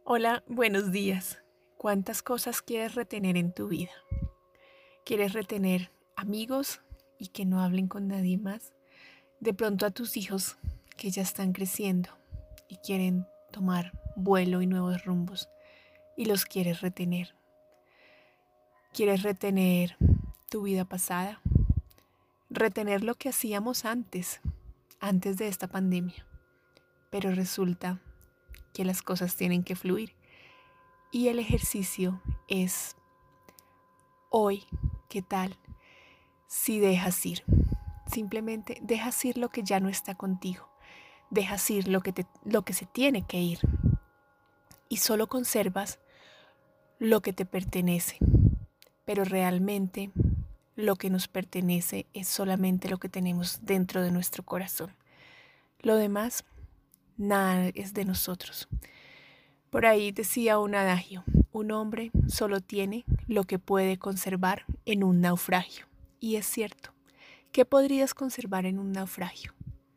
Hola, buenos días. ¿Cuántas cosas quieres retener en tu vida? ¿Quieres retener amigos y que no hablen con nadie más? De pronto a tus hijos que ya están creciendo y quieren tomar vuelo y nuevos rumbos y los quieres retener. ¿Quieres retener tu vida pasada? Retener lo que hacíamos antes de esta pandemia. Pero resulta que las cosas tienen que fluir y el ejercicio es hoy, ¿qué tal si dejas ir? Simplemente dejas ir lo que ya no está contigo. Dejas ir lo que se tiene que ir. Y solo conservas lo que te pertenece. Pero realmente lo que nos pertenece es solamente lo que tenemos dentro de nuestro corazón. Lo demás, nada es de nosotros. Por ahí decía un adagio: un hombre solo tiene lo que puede conservar en un naufragio. Y es cierto. ¿Qué podrías conservar en un naufragio?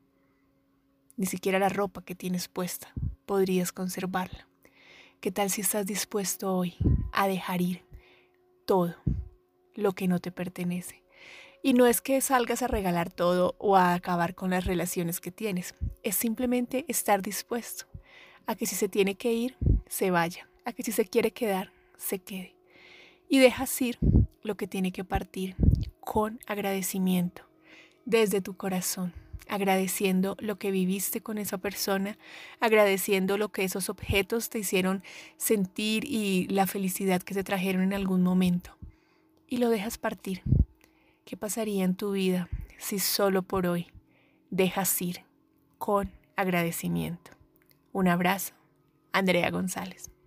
Ni siquiera la ropa que tienes puesta podrías conservarla. ¿Qué tal si estás dispuesto hoy a dejar ir todo lo que no te pertenece? Y no es que salgas a regalar todo o a acabar con las relaciones que tienes. Es simplemente estar dispuesto a que si se tiene que ir, se vaya. A que si se quiere quedar, se quede. Y dejas ir lo que tiene que partir con agradecimiento desde tu corazón, agradeciendo lo que viviste con esa persona, agradeciendo lo que esos objetos te hicieron sentir y la felicidad que te trajeron en algún momento. Y lo dejas partir. ¿Qué pasaría en tu vida si solo por hoy dejas ir con agradecimiento? Un abrazo, Andrea González.